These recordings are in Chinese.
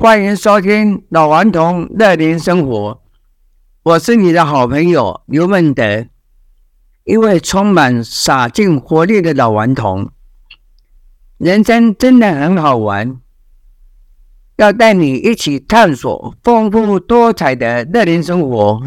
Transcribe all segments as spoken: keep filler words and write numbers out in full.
欢迎收听老顽童乐龄生活，我是你的好朋友刘孟德，一位充满洒劲活力的老顽童。人生真的很好玩，要带你一起探索丰富多彩的乐龄生活。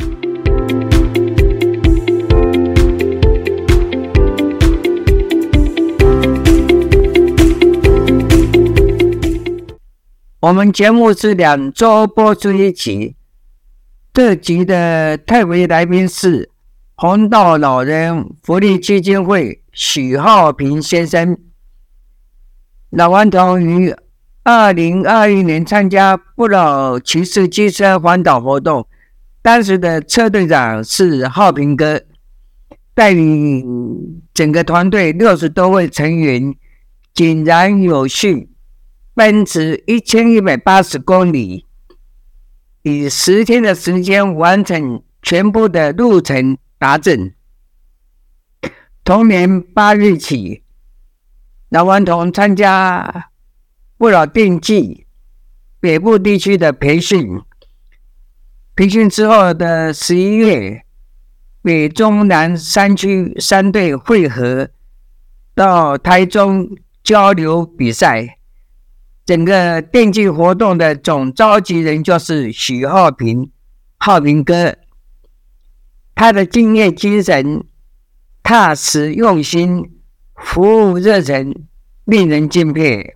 我们节目是两周播出一集，这集的特别来宾是红道老人福利基金会许浩平先生。老顽童于二零二一年参加不老骑士机车环岛活动，当时的车队长是浩平哥，带领整个团队六十多位成员井然有序奔驰一千一百八十公里，以十天的时间完成全部的路程达阵。同年八日起，老顽童参加不老电技北部地区的培训，培训之后的十一月，北中南三区三队会合到台中交流比赛。整个电竞活动的总召集人就是许浩平，浩平哥。他的敬业精神、踏实用心、服务热忱，令人敬佩。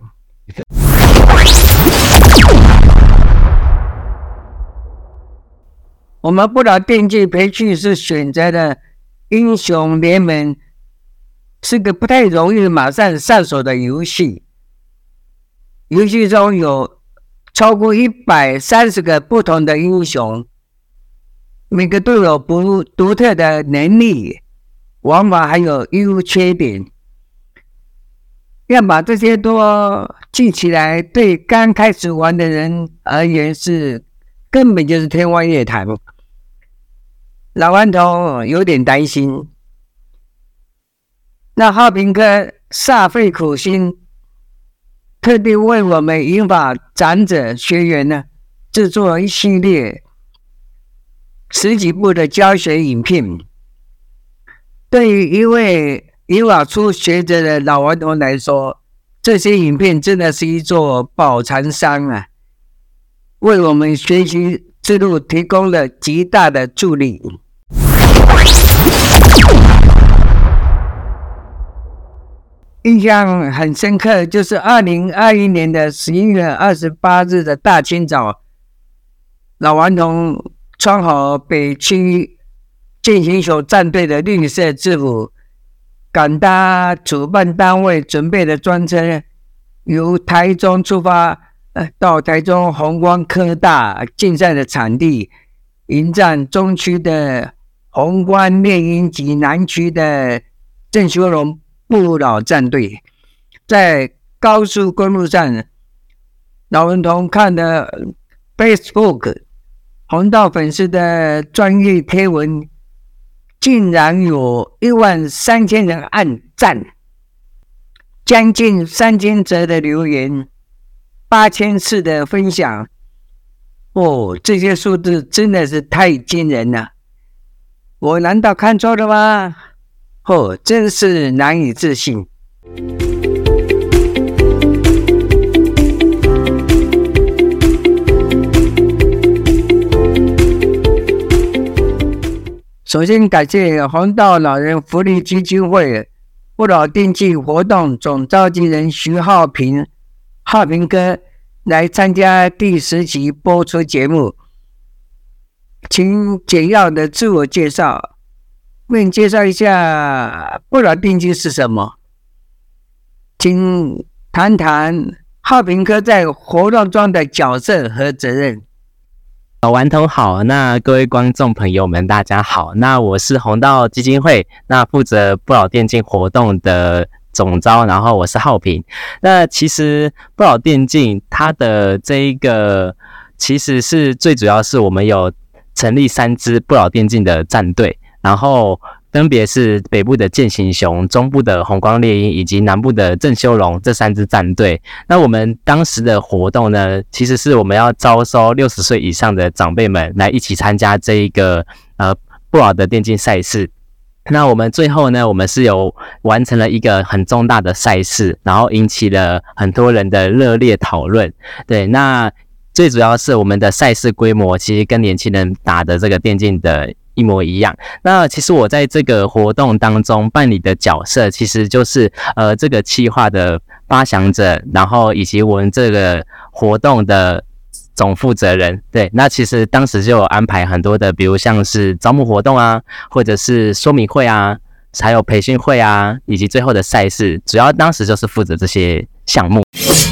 我们不老电竞培训是选择了英雄联盟，是个不太容易马上上手的游戏。游戏中有超过一百三十个不同的英雄，每个都有不独特的能力、玩法还有优缺点。要把这些都记起来，对刚开始玩的人而言是根本就是天方夜谭。老顽童有点担心，那浩平哥煞费苦心，特地为我们银发长者学员呢制作了一系列十几部的教学影片。对于一位银发初学者的老顽童来说，这些影片真的是一座宝藏山啊，为我们学习之路提供了极大的助力。印象很深刻，就是二零二一年的十一月二十八日的大清早，老顽童穿好北区健行熊战队的绿色制服，赶搭主办单位准备的专车，由台中出发，呃，到台中弘光科大竞赛的场地，迎战中区的弘光猎鹰及南区的郑修荣不老战队。在高速公路上，老顽童看的 Facebook 红道粉丝的专业贴文，竟然有一万三千人按赞，将近三千则的留言，八千次的分享。哦，这些数字真的是太惊人了！我难道看错了吗？哦，真是难以置信。首先感谢红道老人福利基金会不老电竞活动总召集人徐浩平，浩平哥来参加第十集播出节目。请简要的自我介绍，并介绍一下不老电竞是什么。请谈谈浩平哥在活动中的角色和责任。 老顽童好，那各位观众朋友们大家好，那我是红道基金会，那负责不老电竞活动的总召，然后我是浩平。那其实不老电竞它的这一个其实是最主要是我们有成立三支不老电竞的战队，然后分别是北部的剑行熊、中部的红光猎鹰以及南部的郑修龙这三支战队。那我们当时的活动呢，其实是我们要招收六十岁以上的长辈们来一起参加这一个呃不老的电竞赛事。那我们最后呢，我们是有完成了一个很重大的赛事，然后引起了很多人的热烈讨论。对，那最主要是我们的赛事规模其实跟年轻人打的这个电竞的一模一样。那其实我在这个活动当中扮演的角色，其实就是呃这个企划的发想者，然后以及我们这个活动的总负责人。对，那其实当时就有安排很多的，比如像是招募活动啊，或者是说明会啊，还有培训会啊，以及最后的赛事，主要当时就是负责这些项目。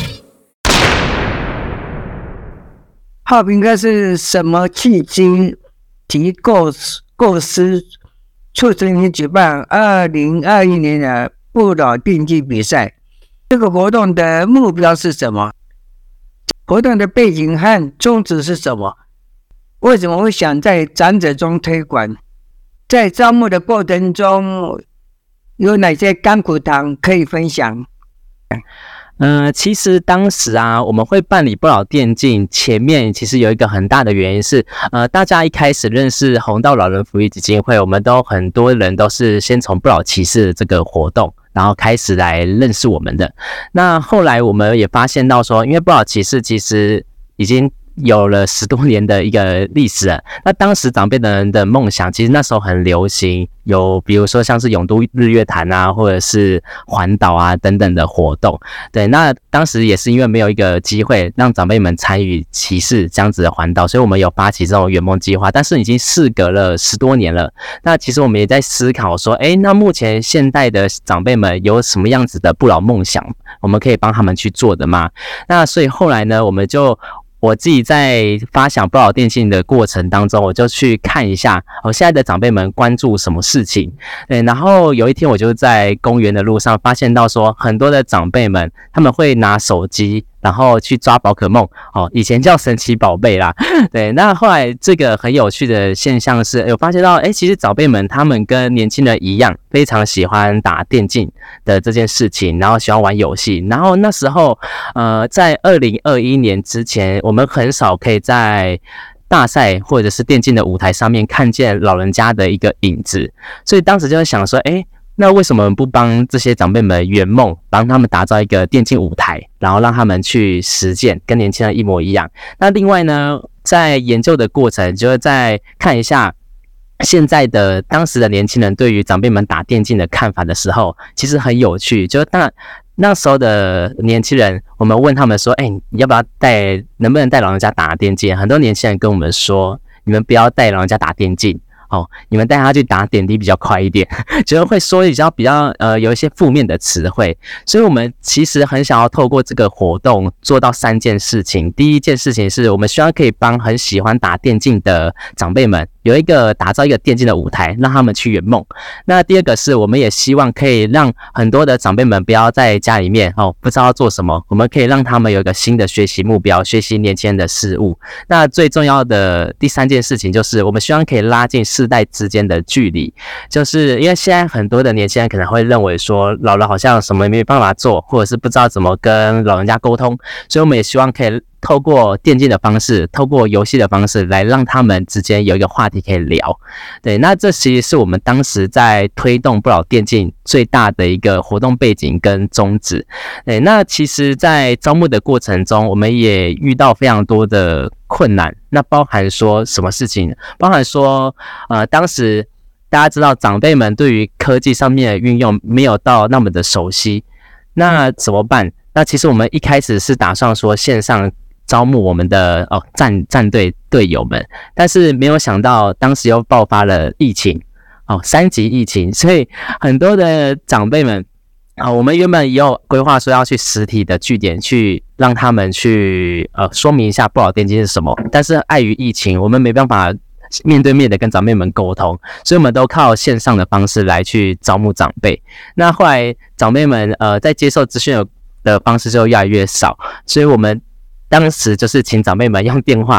浩平哥是什么契机提构构思，促成你举办二零二一年的不老电竞比赛？这个活动的目标是什么？活动的背景和宗旨是什么？为什么会想在长者中推广？在招募的过程中有哪些甘苦谈可以分享？ 呃，其实当时啊，我们会办理不老电竞，前面其实有一个很大的原因是，呃，大家一开始认识红道老人福利基金会，我们都很多人都是先从不老骑士这个活动，然后开始来认识我们的。那后来我们也发现到说，因为不老骑士其实已经有了十多年的一个历史了。那当时长辈的人的梦想，其实那时候很流行，有比如说像是永都日月潭啊，或者是环岛啊等等的活动。对，那当时也是因为没有一个机会让长辈们参与骑士这样子的环岛，所以我们有发起这种圆梦计划。但是已经事隔了十多年了，那其实我们也在思考说，诶，那目前现代的长辈们有什么样子的不老梦想，我们可以帮他们去做的吗？那所以后来呢，我们就我自己在发想不老电竞的过程当中，我就去看一下我现在的长辈们关注什么事情。对，然后有一天我就在公园的路上发现到说，很多的长辈们他们会拿手机然后去抓宝可梦，哦，以前叫神奇宝贝啦。对，那后来这个很有趣的现象是，有发现到，诶，其实长辈们他们跟年轻人一样，非常喜欢打电竞的这件事情，然后喜欢玩游戏。然后那时候，呃，在二零二一年之前，我们很少可以在大赛或者是电竞的舞台上面看见老人家的一个影子，所以当时就在想说，诶，那为什么不帮这些长辈们圆梦，帮他们打造一个电竞舞台，然后让他们去实践，跟年轻人一模一样？那另外呢，在研究的过程，就是在看一下现在的当时的年轻人对于长辈们打电竞的看法的时候，其实很有趣。就是那那时候的年轻人，我们问他们说：“哎、欸，你要不要带？能不能带老人家打电竞？”很多年轻人跟我们说：“你们不要带老人家打电竞。”哦，你们带他去打点滴比较快一点，就是会说比较比较呃有一些负面的词汇，所以我们其实很想要透过这个活动做到三件事情。第一件事情是我们希望可以帮很喜欢打电竞的长辈们有一个打造一个电竞的舞台，让他们去圆梦。那第二个是我们也希望可以让很多的长辈们不要在家里面哦不知道要做什么，我们可以让他们有一个新的学习目标，学习年轻人的事物。那最重要的第三件事情就是我们希望可以拉近世代之间的距离，就是因为现在很多的年轻人可能会认为说老了好像什么也没办法做，或者是不知道怎么跟老人家沟通，所以我们也希望可以透过电竞的方式，透过游戏的方式来让他们之间有一个话题可以聊。对，那这其实是我们当时在推动不老电竞最大的一个活动背景跟宗旨。对，那其实在招募的过程中，我们也遇到非常多的困难，那包含说什么事情？包含说呃，当时大家知道长辈们对于科技上面的运用没有到那么的熟悉，那怎么办？那其实我们一开始是打算说线上招募我们的哦战战队队友们，但是没有想到当时又爆发了疫情哦，三级疫情，所以很多的长辈们啊、哦，我们原本也有规划说要去实体的据点去让他们去呃说明一下不老电竞是什么，但是碍于疫情，我们没办法面对面的跟长辈们沟通，所以我们都靠线上的方式来去招募长辈。那后来长辈们呃在接受资讯的方式就越来越少，所以我们当时就是请长辈们用电话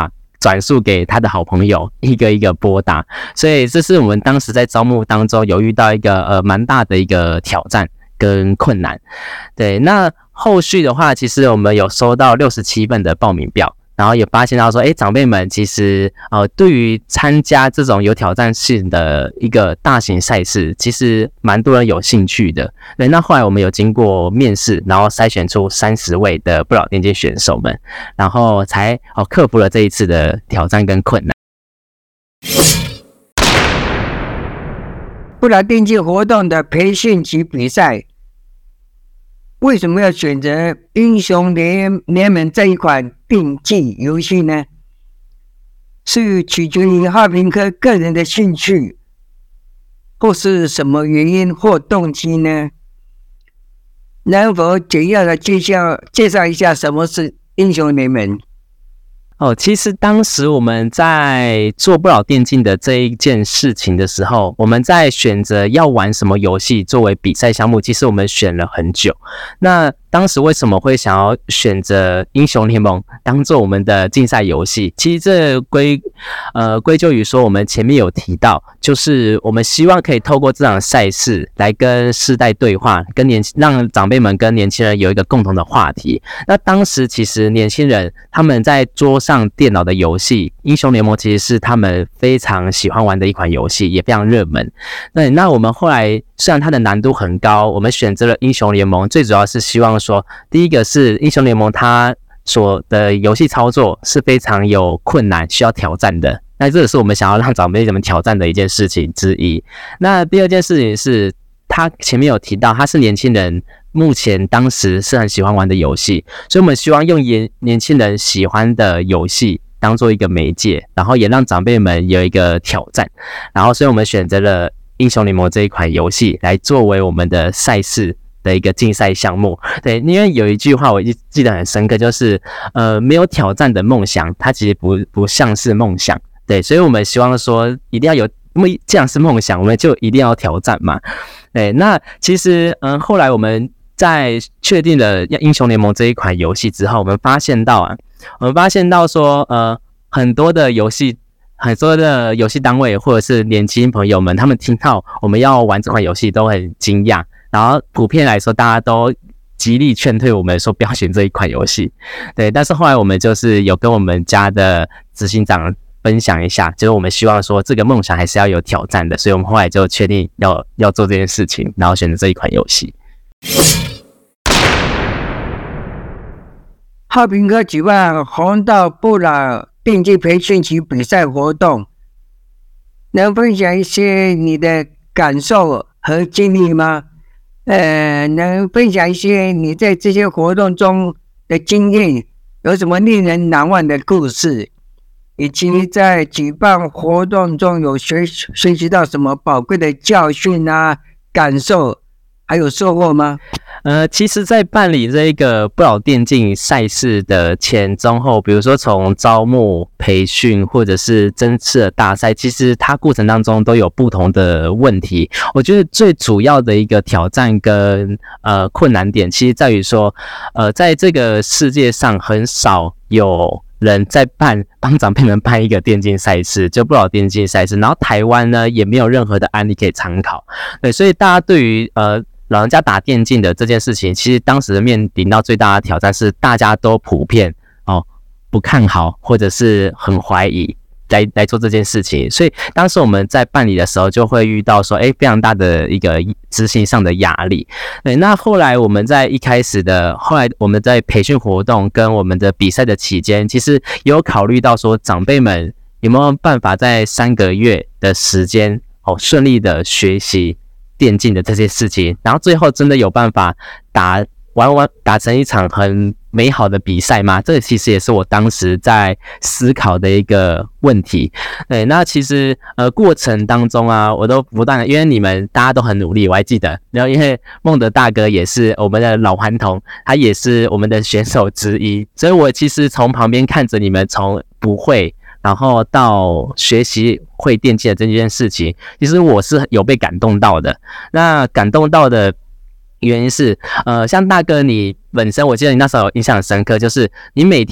转述给他的好朋友，一个一个拨打。所以这是我们当时在招募当中有遇到一个呃蛮大的一个挑战跟困难。对，那后续的话，其实我们有收到六十七份的报名表。然后也发现到说，哎，长辈们其实呃，对于参加这种有挑战性的一个大型赛事，其实蛮多人有兴趣的。对，那后来我们有经过面试，然后筛选出三十位的不老电竞选手们，然后才哦克服了这一次的挑战跟困难。 不老电竞活动的培训及比赛，为什么要选择英雄联联盟这一款竞技游戏呢？是取决于浩平哥个人的兴趣，或是什么原因或动机呢？能否简要的介绍介绍一下什么是英雄联盟？ 哦，其实当时我们在做不老电竞的这一件事情的时候，我们在选择要玩什么游戏作为比赛项目，其实我们选了很久。那当时为什么会想要选择英雄联盟当做我们的竞赛游戏？其实这归呃归咎于说，我们前面有提到，就是我们希望可以透过这场赛事来跟世代对话，跟年让长辈们跟年轻人有一个共同的话题。那当时其实年轻人他们在桌上电脑的游戏，英雄联盟其实是他们非常喜欢玩的一款游戏，也非常热门。那那我们后来虽然它的难度很高，我们选择了英雄联盟，最主要是希望说，第一个是英雄联盟它所的游戏操作是非常有困难，需要挑战的。那这个是我们想要让长辈们挑战的一件事情之一。那第二件事情是，他前面有提到，他是年轻人目前当时是很喜欢玩的游戏，所以我们希望用年年轻人喜欢的游戏当做一个媒介，然后也让长辈们有一个挑战。然后，所以我们选择了英雄联盟这一款游戏来作为我们的赛事的一个竞赛项目。对，因为有一句话我记得很深刻，就是呃，没有挑战的梦想，它其实不不像是梦想。对，所以我们希望说一定要有，因为这样是梦想，我们就一定要挑战嘛。对，那其实嗯，后来我们在确定了英雄联盟这一款游戏之后，我们发现到啊，我们发现到说呃，很多的游戏。很多的游戏单位或者是年轻朋友们，他们听到我们要玩这款游戏都很惊讶，然后普遍来说大家都极力劝退我们说不要选这一款游戏。对，但是后来我们就是有跟我们家的执行长分享一下，就是我们希望说这个梦想还是要有挑战的，所以我们后来就确定要要做这件事情，然后选择这一款游戏。 浩平哥举办红道不老电竞培训及比赛活动，能分享一些你的感受和经历吗？呃，能分享一些你在这些活动中的经验，有什么令人难忘的故事，以及在举办活动中有学学习到什么宝贵的教训啊、感受，还有收获吗？ 呃，其实在办理这个不老电竞赛事的前中后，比如说从招募、培训或者是正式的大赛，其实它过程当中都有不同的问题。我觉得最主要的一个挑战跟呃困难点，其实在于说，呃，在这个世界上很少有人在办帮长辈们办一个电竞赛事，就不老电竞赛事，然后台湾呢也没有任何的案例可以参考，对，所以大家对于呃老人家打电竞的这件事情，其实当时面临到最大的挑战是大家都普遍哦不看好或者是很怀疑来来做这件事情，所以当时我们在办理的时候就会遇到说，哎，非常大的一个执行上的压力。对，那后来我们在一开始的，后来我们在培训活动跟我们的比赛的期间，其实也有考虑到说，长辈们有没有办法在三个月的时间哦顺利的学习电竞的这些事情，然后最后真的有办法打玩玩打成一场很美好的比赛吗？这其实也是我当时在思考的一个问题。对，那其实呃过程当中啊，我都不断的，因为你们大家都很努力，我还记得，然后因为孟德大哥也是我们的老顽童，他也是我们的选手之一，所以我其实从旁边看着你们从不会。然后到学习会电竞的这件事情，其实我是有被感动到的。那感动到的原因是，呃，像大哥你本身，我记得你那时候有印象很深刻，就是你每天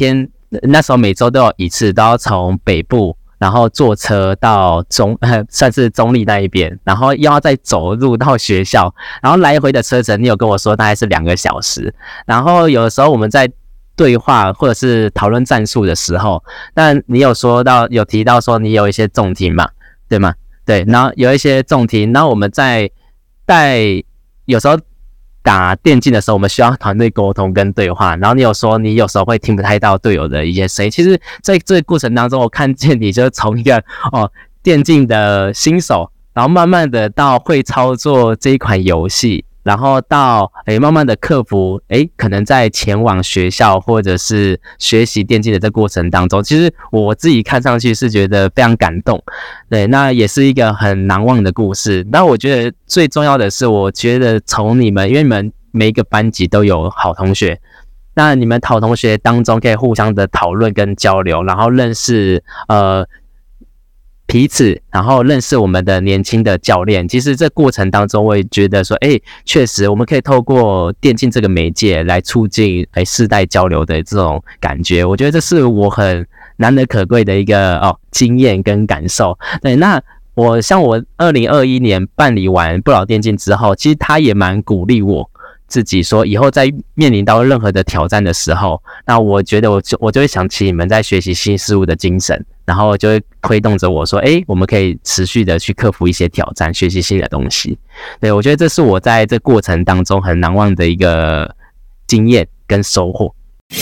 那时候每周都有一次，都要从北部然后坐车到中呃算是中立那一边，然后又要再走路到学校，然后来回的车程你有跟我说大概是两个小时，然后有的时候我们在对话或者是讨论战术的时候，但你有说到有提到说你有一些重听嘛，对吗？对，然后有一些重听，然后我们在带有时候打电竞的时候，我们需要团队沟通跟对话，然后你有说你有时候会听不太到队友的一些声音，其实在这个过程当中，我看见你就从一个哦电竞的新手，然后慢慢的到会操作这一款游戏，然后到诶慢慢的克服诶可能在前往学校或者是学习电竞的这过程当中，其实我自己看上去是觉得非常感动，对，那也是一个很难忘的故事。那我觉得最重要的是，我觉得从你们，因为你们每一个班级都有好同学，那你们好同学当中可以互相的讨论跟交流，然后认识呃彼此，然后认识我们的年轻的教练。其实这过程当中，我也觉得说，哎，确实我们可以透过电竞这个媒介来促进哎世代交流的这种感觉。我觉得这是我很难得可贵的一个哦经验跟感受。对，那我像我二零二一年办理完不老电竞之后，其实他也蛮鼓励我自己说，以后在面临到任何的挑战的时候，那我觉得我就我就会想起你们在学习新事物的精神，然后就会推动着我说，诶，我们可以持续的去克服一些挑战，学习新的东西。对，我觉得这是我在这过程当中很难忘的一个经验跟收获。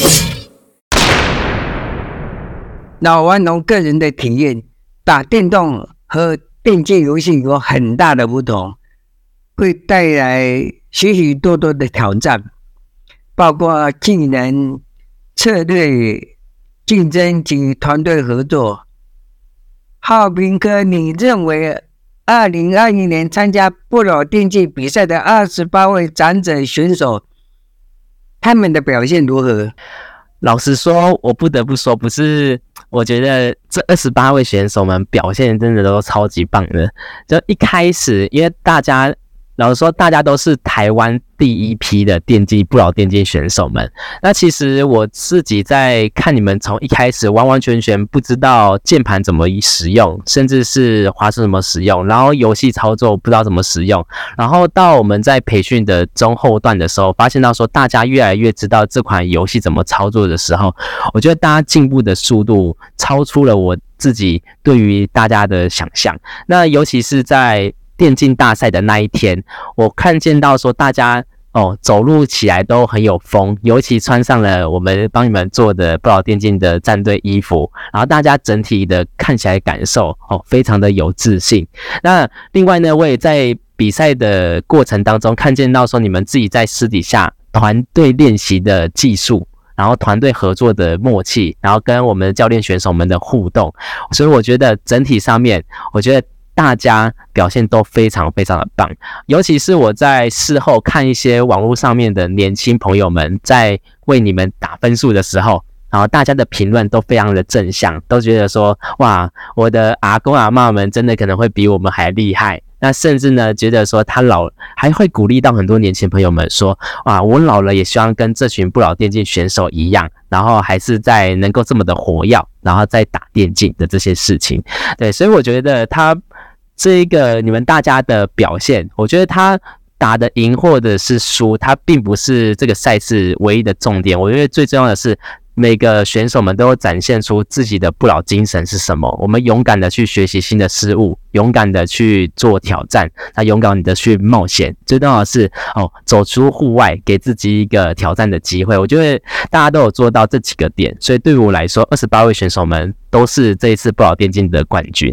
老顽童个人的体验，打电动和电竞游戏有很大的不同，会带来许许多多的挑战，包括技能、策略、竞争及团队合作。浩平哥，你认为二零二一年参加不老电竞比赛的二十八位长者选手，他们的表现如何？ 老实说，我不得不说，不是，我觉得这二十八位选手们表现真的都超级棒的。就一开始，因为大家老实说，大家都是台湾第一批的电竞不老电竞选手们。那其实我自己在看你们从一开始完完全全不知道键盘怎么使用，甚至是滑鼠怎么使用，然后游戏操作不知道怎么使用，然后到我们在培训的中后段的时候，发现到说大家越来越知道这款游戏怎么操作的时候，我觉得大家进步的速度超出了我自己对于大家的想象。那尤其是在电竞大赛的那一天，我看见到说大家哦走路起来都很有风，尤其穿上了我们帮你们做的不老电竞的战队衣服，然后大家整体的看起来感受哦非常的有自信。那另外呢，我也在比赛的过程当中看见到说你们自己在私底下团队练习的技术，然后团队合作的默契，然后跟我们的教练选手们的互动，所以我觉得整体上面，我觉得大家表现都非常非常的棒，尤其是我在事后看一些网络上面的年轻朋友们在为你们打分数的时候，然后大家的评论都非常的正向，都觉得说哇，我的阿公阿嬷们真的可能会比我们还厉害。那甚至呢，觉得说他老还会鼓励到很多年轻朋友们说，哇，我老了也希望跟这群不老电竞选手一样，然后还是在能够这么的活跃，然后在打电竞的这些事情。对，所以我觉得他这一个你们大家的表现，我觉得他打的赢或者是输，他并不是这个赛事唯一的重点。我觉得最重要的是每个选手们都展现出自己的不老精神是什么，我们勇敢的去学习新的事物，勇敢的去做挑战，那勇敢的去冒险，最重要的是哦，走出户外，给自己一个挑战的机会。我觉得大家都有做到这几个点，所以对于我来说，二十八位选手们都是这一次不老电竞的冠军。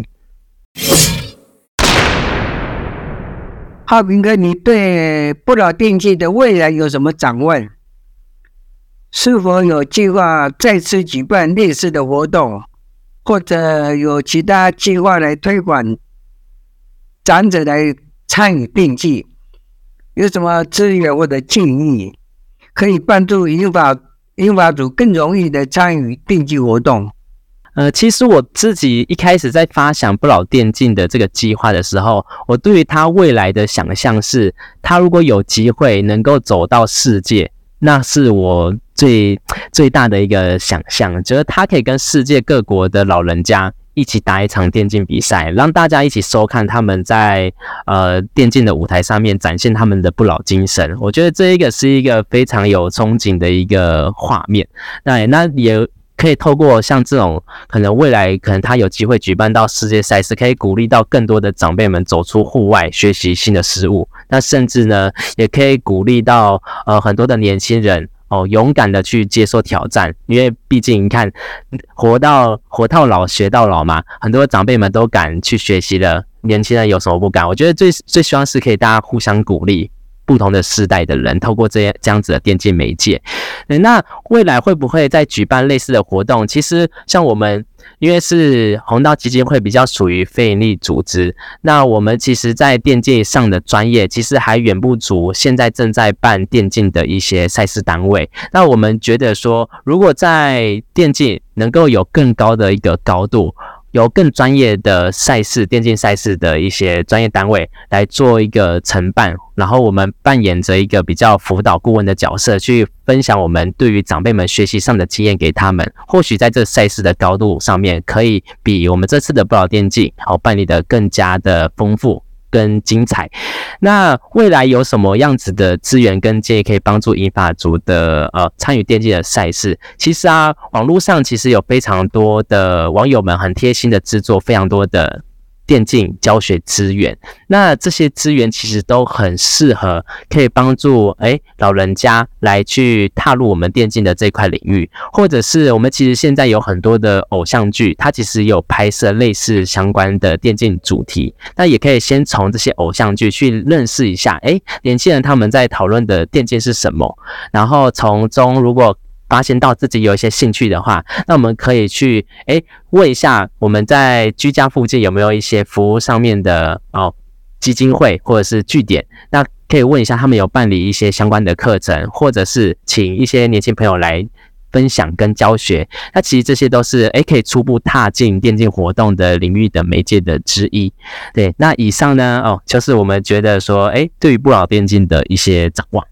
浩平哥，你对不老电竞的未来有什么展望？是否有计划再次举办类似的活动，或者有其他计划来推广长者来参与电竞？有什么资源或者建议可以帮助银发银发组更容易的参与电竞活动？ 呃，其实我自己一开始在发想不老电竞的这个计划的时候，我对于他未来的想象是，他如果有机会能够走到世界， 那是我最最大的一个想象，觉得它可以跟世界各国的老人家一起打一场电竞比赛，让大家一起收看他们在呃电竞的舞台上面展现他们的不老精神。我觉得这一个是一个非常有憧憬的一个画面。那那也可以透过像这种可能未来可能他有机会举办到世界赛事，可以鼓励到更多的长辈们走出户外学习新的事物。那甚至呢也可以鼓励到呃很多的年轻人哦，勇敢的去接受挑战，因为毕竟你看活到活到老学到老嘛，很多长辈们都敢去学习了，年轻人有什么不敢？我觉得最最希望是可以大家互相鼓励，不同的世代的人透过这这样子的电竞媒介。那未来会不会再举办类似的活动？其实像我们因为是弘道基金会比较属于非营利组织，那我们其实在电竞上的专业其实还远不足现在正在办电竞的一些赛事单位。那我们觉得说，如果在电竞能够有更高的一个高度，由更专业的赛事电竞赛事的一些专业单位来做一个承办，然后我们扮演着一个比较辅导顾问的角色，去分享我们对于长辈们学习上的经验给他们，或许在这赛事的高度上面可以比我们这次的不老电竞好办理的更加的丰富跟精彩。那未来有什么样子的资源跟建议可以帮助银发族的呃参与电竞的赛事？其实啊，网络上其实有非常多的网友们很贴心的制作非常多的电竞教学资源，那这些资源其实都很适合可以帮助诶老人家来去踏入我们电竞的这块领域，或者是我们其实现在有很多的偶像剧，它其实有拍摄类似相关的电竞主题，那也可以先从这些偶像剧去认识一下诶年轻人他们在讨论的电竞是什么，然后从中如果发现到自己有一些兴趣的话，那我们可以去诶问一下我们在居家附近有没有一些服务上面的哦基金会或者是据点，那可以问一下他们有办理一些相关的课程，或者是请一些年轻朋友来分享跟教学。那其实这些都是诶可以初步踏进电竞活动的领域的媒介的之一。对，那以上呢哦就是我们觉得说诶对于不老电竞的一些展望。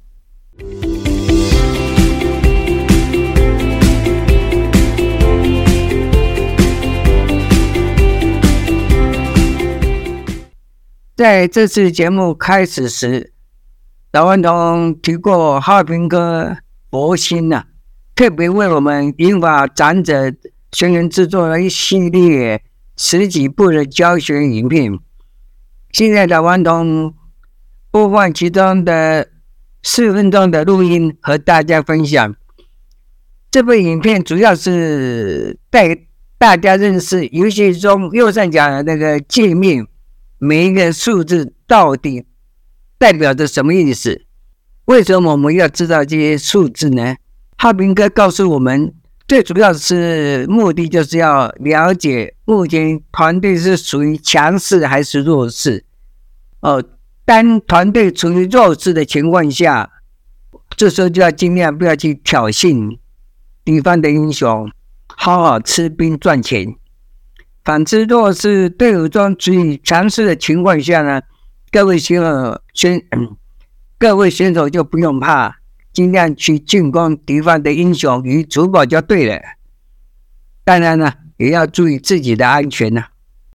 在这次节目开始时，老顽童提过浩平哥佛心啊，特别为我们银发长者学员制作了一系列十几部的教学影片。现在老顽童播放其中的四分钟的录音和大家分享。这部影片主要是带大家认识游戏中右上角的那个界面，每一个数字到底代表着什么意思？为什么我们要知道这些数字呢？浩平哥告诉我们，最主要是目的就是要了解目前团队是属于强势还是弱势。哦，当团队处于弱势的情况下，这时候就要尽量不要去挑衅敌方的英雄，好好吃兵赚钱。反之，若是队伍中处于强势的情况下呢，各位选手选、嗯、各位选手就不用怕，尽量去进攻敌方的英雄与主堡就对了。当然呢，也要注意自己的安全呢、啊。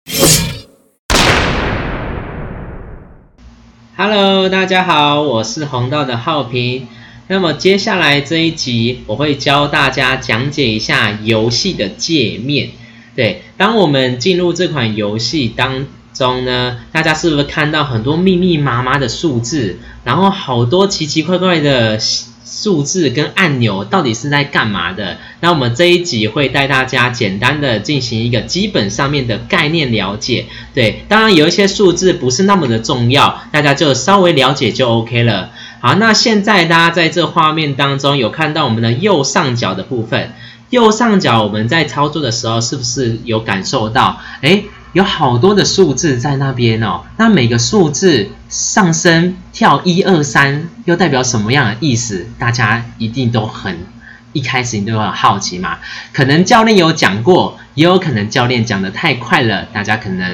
Hello， 大家好，我是弘道的浩平。那么接下来这一集，我会教大家讲解一下游戏的界面。对，当我们进入这款游戏当中呢，大家是不是看到很多密密麻麻的数字，然后好多奇奇怪怪的数字跟按钮到底是在干嘛的？那我们这一集会带大家简单的进行一个基本上面的概念了解。对，当然有一些数字不是那么的重要，大家就稍微了解就 OK 了。好，那现在大家在这画面当中有看到我们的右上角的部分，右上角我们在操作的时候是不是有感受到诶有好多的数字在那边哦？那每个数字上升跳一二三又代表什么样的意思？大家一定都很一开始你都很好奇嘛。可能教练有讲过，也有可能教练讲得太快了，大家可能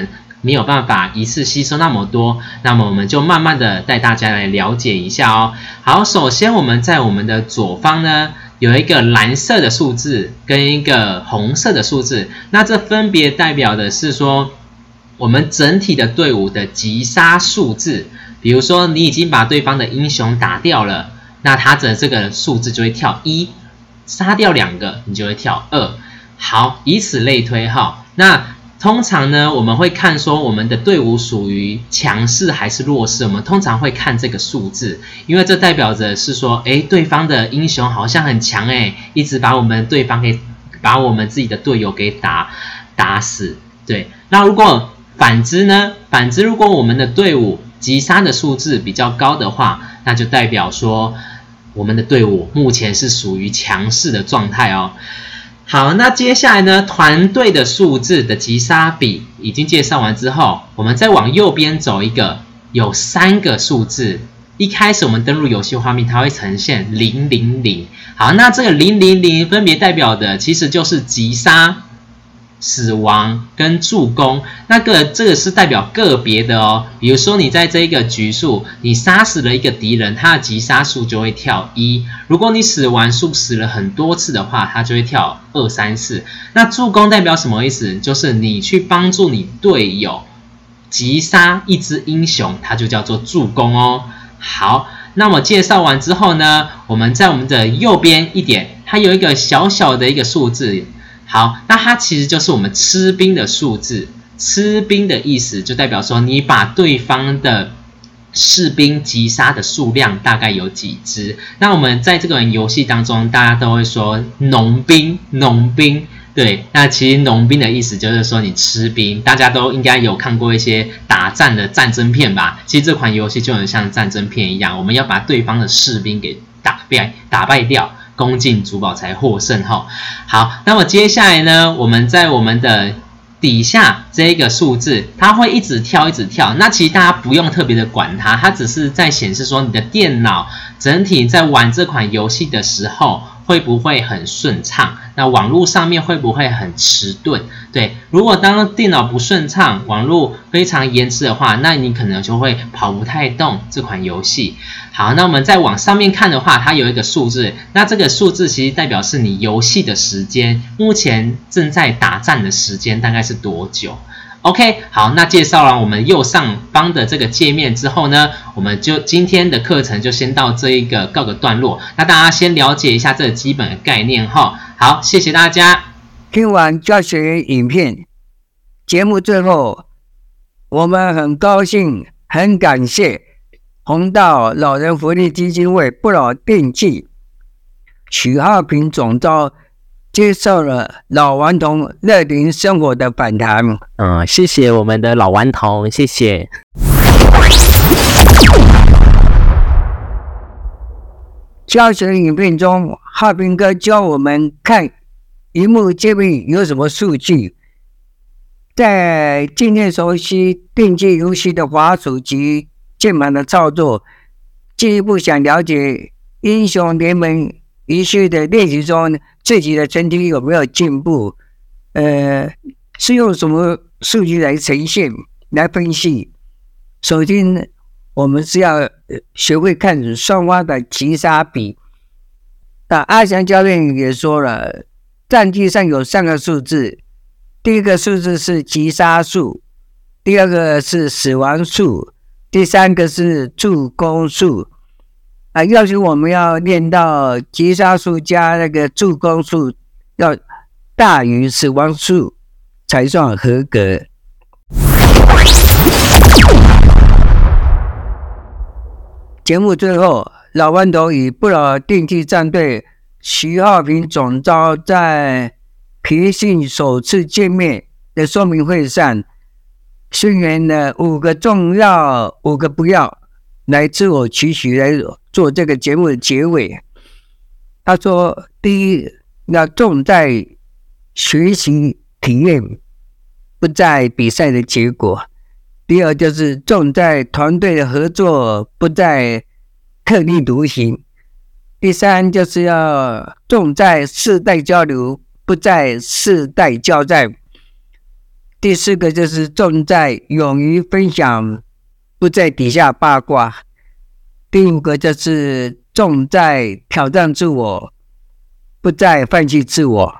没有办法一次吸收那么多，那么我们就慢慢的带大家来了解一下哦。好，首先我们在我们的左方呢，有一个蓝色的数字跟一个红色的数字，那这分别代表的是说我们整体的队伍的击杀数字。比如说你已经把对方的英雄打掉了，那他的这个数字就会跳一，杀掉两个你就会跳二，好，以此类推哈。那通常呢，我们会看说我们的队伍属于强势还是弱势，我们通常会看这个数字，因为这代表着是说，诶，对方的英雄好像很强诶，一直把我们对方给把我们自己的队友给打打死。对，那如果反之呢？反之，如果我们的队伍击杀的数字比较高的话，那就代表说我们的队伍目前是属于强势的状态哦。好，那接下来呢，团队的数字的击杀比已经介绍完之后，我们再往右边走一个，有三个数字。一开始我们登入游戏画面，它会呈现零零零。好，那这个零零零分别代表的其实就是击杀、死亡跟助攻，那个这个是代表个别的哦。比如说你在这一个局数，你杀死了一个敌人，他的击杀数就会跳一；如果你死亡数死了很多次的话，它就会跳二、三、四。那助攻代表什么意思？就是你去帮助你队友击杀一只英雄，它就叫做助攻哦。好，那么介绍完之后呢，我们在我们的右边一点，它有一个小小的一个数字。好，那它其实就是我们吃兵的数字。吃兵的意思就代表说，你把对方的士兵击杀的数量大概有几只。那我们在这个游戏当中，大家都会说农兵，农兵。对，那其实农兵的意思就是说你吃兵，大家都应该有看过一些打战的战争片吧？其实这款游戏就很像战争片一样，我们要把对方的士兵给打败，打败掉。攻进主堡才获胜哈。好，那么接下来呢，我们在我们的底下这一个数字，它会一直跳一直跳。那其实大家不用特别的管它，它只是在显示说你的电脑整体在玩这款游戏的时候会不会很顺畅，那网络上面会不会很迟钝。对，如果当电脑不顺畅，网络非常延迟的话，那你可能就会跑不太动这款游戏。好，那我们再往上面看的话，它有一个数字，那这个数字其实代表是你游戏的时间，目前正在打战的时间大概是多久。OK， 好，那介绍完我们右上方的这个界面之后呢，我们就今天的课程就先到这一个告个段落。那大家先了解一下这个基本的概念哈。好，谢谢大家。 听完教学影片，节目最后，我们很高兴，很感谢弘道老人福利基金会不老电器许浩平总召接受了老顽童乐龄生活的访谈。 嗯，谢谢我们的老顽童，谢谢。 教学影片中，浩平哥教我们看萤幕界面有什么数据，在渐渐熟悉电竞游戏的滑鼠及键盘的操作，进一步想了解英雄联盟一系列的练习中自己的成绩有没有进步，呃，是用什么数据来呈现来分析。首先我们是要学会看双方的击杀比。那阿翔教练也说了，战绩上有三个数字，第一个数字是击杀数，第二个是死亡数，第三个是助攻数。啊，要求我们要练到击杀数加那个助攻数要大于死亡数才算合格。节目最后，老顽童与不老电器战队徐浩平总召在培训首次见面的说明会上宣言了五个重要，五个不要，来自我期许来做这个节目的结尾。他说，第一，要重在学习体验，不在比赛的结果。第二，就是重在团队的合作，不在特立独行。第三，就是要重在世代交流，不在世代交战。 第四个就是重在勇于分享，不在底下八卦。第五个就是重在挑战自我，不再放弃自我。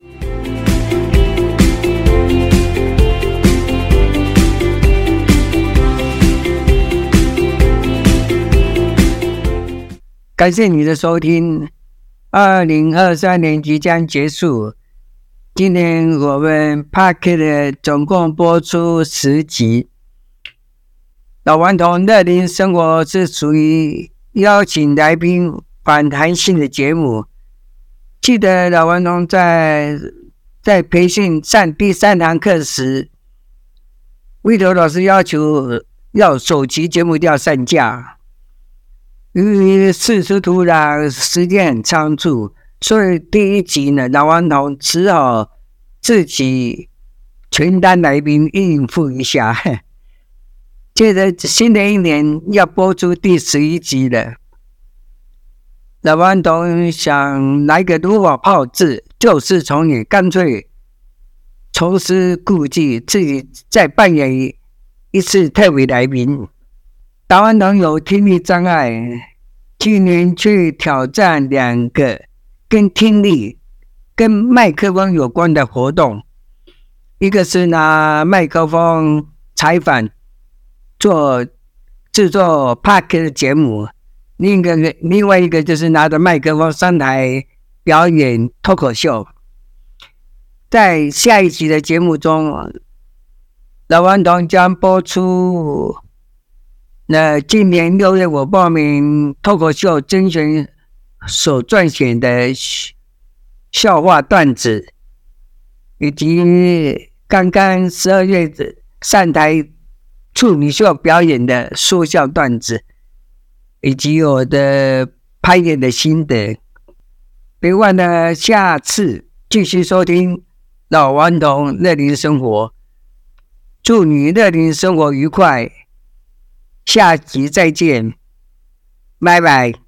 感谢你的收听。二零二三年即将结束，今年我们 Podcast 总共播出十集。老顽童乐龄生活是属于邀请来宾访谈性的节目。记得老顽童在在培训上第三堂课时，魏头老师要求要首期节目要上架。由于事出突然，时间很仓促，所以第一集呢，老顽童只好自己承担来宾应付一下。接着新的一年要播出第十一集了，老顽童想来个如法炮制，就是从你干脆重施故技，自己再扮演一次特别来宾。老顽童有听力障碍，去年去挑战两个跟听力、跟麦克风有关的活动，一个是拿麦克风采访、做制作 Podcast 的节目，另一个另外一个就是拿着麦克风上台表演脱口秀。在下一集的节目中，老顽童将播出那今年六月我报名脱口秀甄选所撰写的笑话段子，以及刚刚十二月上台处女秀表演的说笑段子，以及我的拍演的心得。别忘了下次继续收听老顽童乐龄生活，祝你乐龄生活愉快，下集再见，拜拜。